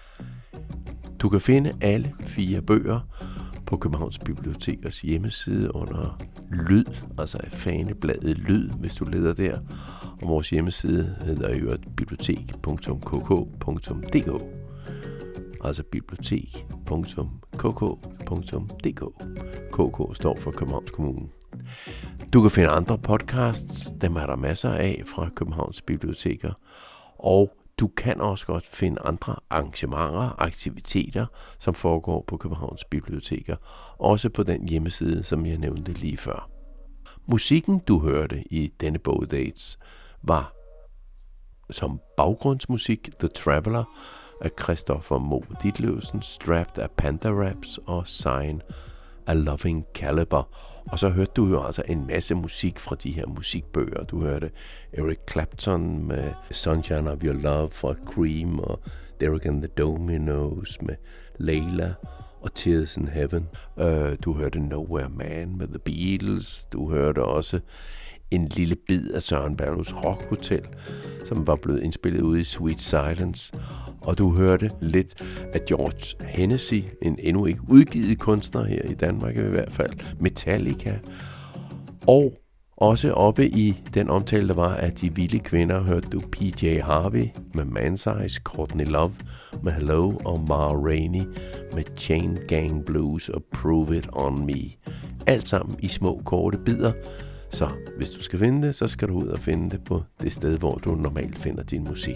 Du kan finde alle fire bøger på Københavns Bibliotekers hjemmeside under Lyd, altså fanebladet Lyd, hvis du leder der. Og vores hjemmeside hedder i øvrigt bibliotek punktum k k punktum d k. Altså bibliotek punktum k k punktum d k. K K står for Københavns Kommune. Du kan finde andre podcasts, dem er der masser af fra Københavns Biblioteker. Og du kan også godt finde andre arrangementer, aktiviteter, som foregår på Københavns Biblioteker. Også på den hjemmeside, som jeg nævnte lige før. Musikken, du hørte i denne bogdates, var som baggrundsmusik The Traveler af Christopher Mo Ditlevsen, Strapped af Panda Raps og Sign af Loving Caliber. Og så hørte du jo altså en masse musik fra de her musikbøger. Du hørte Eric Clapton med Sunshine of Your Love fra Cream, og Derek and the Dominos med Layla og Tears in Heaven. Uh, du hørte Nowhere Man med The Beatles. Du hørte også en lille bid af Søren Berlus Rock Hotel, som var blevet indspillet ude i Sweet Silence. Og du hørte lidt af George Hennessy, en endnu ikke udgivet kunstner her i Danmark i hvert fald, Metallica. Og også oppe i den omtale, der var af de vilde kvinder, hørte du P J Harvey med Man Size, Courtney Love med Hello og Ma Rainey med Chain Gang Blues og Prove It On Me. Alt sammen i små korte bidder. Så hvis du skal finde det, så skal du ud og finde det på det sted, hvor du normalt finder din musik.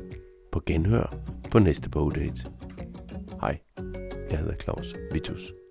På genhør på næste bogdate. Hej, jeg hedder Claus Vitus.